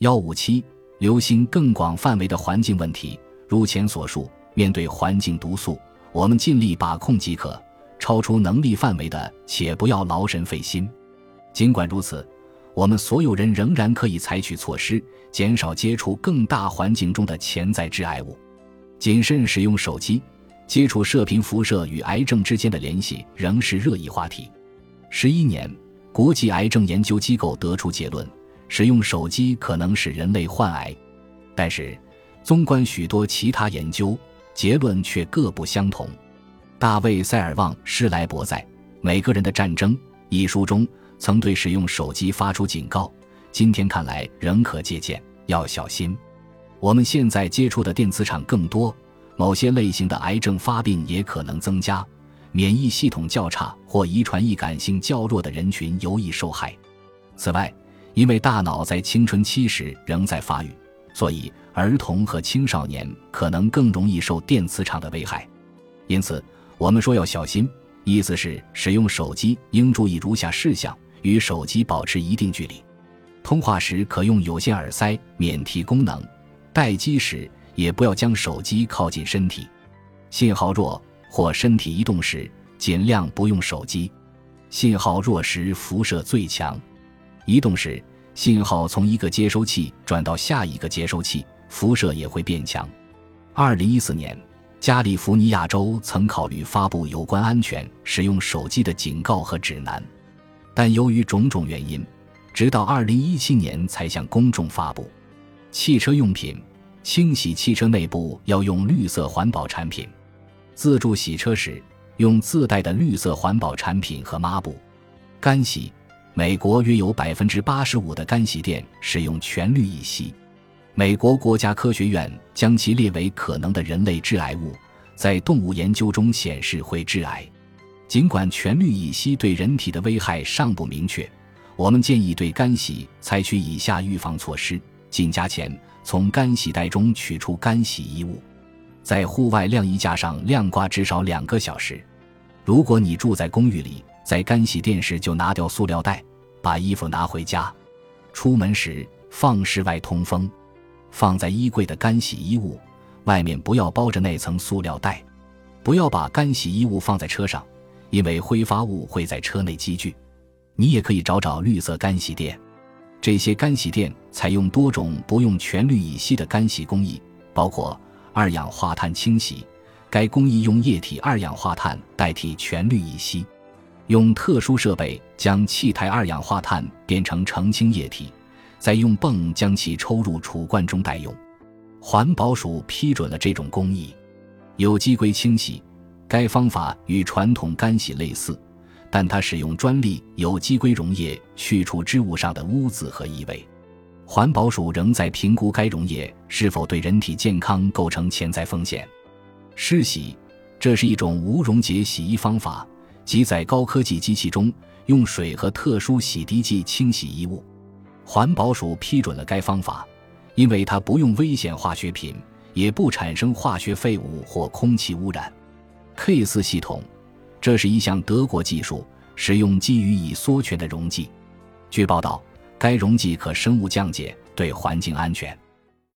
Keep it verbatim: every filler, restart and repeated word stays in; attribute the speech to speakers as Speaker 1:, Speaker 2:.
Speaker 1: 一五七留心更广范围的环境问题。如前所述，面对环境毒素，我们尽力把控即可，超出能力范围的且不要劳神费心。尽管如此，我们所有人仍然可以采取措施，减少接触更大环境中的潜在致癌物。谨慎使用手机，接触射频辐射与癌症之间的联系仍是热议话题。十一年，国际癌症研究机构得出结论，使用手机可能使人类患癌。但是，纵观许多其他研究，结论却各不相同。大卫·塞尔旺施莱伯在《每个人的战争》一书中曾对使用手机发出警告，今天看来仍可借鉴，要小心。我们现在接触的电磁场更多，某些类型的癌症发病也可能增加，免疫系统较差或遗传易感性较弱的人群尤易受害。此外，因为大脑在青春期时仍在发育，所以儿童和青少年可能更容易受电磁场的危害。因此，我们说要小心，意思是使用手机应注意如下事项：与手机保持一定距离，通话时可用有线耳塞免提功能，待机时也不要将手机靠近身体，信号弱或身体移动时尽量不用手机，信号弱时辐射最强，移动时信号从一个接收器转到下一个接收器，辐射也会变强。二零一四年，加利福尼亚州曾考虑发布有关安全使用手机的警告和指南，但由于种种原因，直到二零一七年才向公众发布。汽车用品，清洗汽车内部要用绿色环保产品，自助洗车时用自带的绿色环保产品和抹布。干洗，美国约有 百分之八十五 的干洗店使用全氯乙烯，美国国家科学院将其列为可能的人类致癌物，在动物研究中显示会致癌。尽管全氯乙烯对人体的危害尚不明确，我们建议对干洗采取以下预防措施：进家前，从干洗袋中取出干洗衣物，在户外晾衣架上晾挂至少两个小时。如果你住在公寓里，在干洗店时就拿掉塑料袋，把衣服拿回家。出门时放室外通风，放在衣柜的干洗衣物外面不要包着那层塑料袋。不要把干洗衣物放在车上，因为挥发物会在车内积聚。你也可以找找绿色干洗店，这些干洗店采用多种不用全氯乙烯的干洗工艺，包括二氧化碳清洗，该工艺用液体二氧化碳代替全氯乙烯，用特殊设备将气态二氧化碳变成澄清液体，再用泵将其抽入储罐中待用。环保署批准了这种工艺。有机硅清洗，该方法与传统干洗类似，但它使用专利有机硅溶液去除织物上的污渍和异味。环保署仍在评估该溶液是否对人体健康构成潜在风险。湿洗，这是一种无溶解洗衣方法，即在高科技机器中用水和特殊洗涤剂清洗衣物。环保署批准了该方法，因为它不用危险化学品，也不产生化学废物或空气污染。K 四 系统，这是一项德国技术，使用基于乙羧醛的溶剂。据报道，该溶剂可生物降解，对环境安全。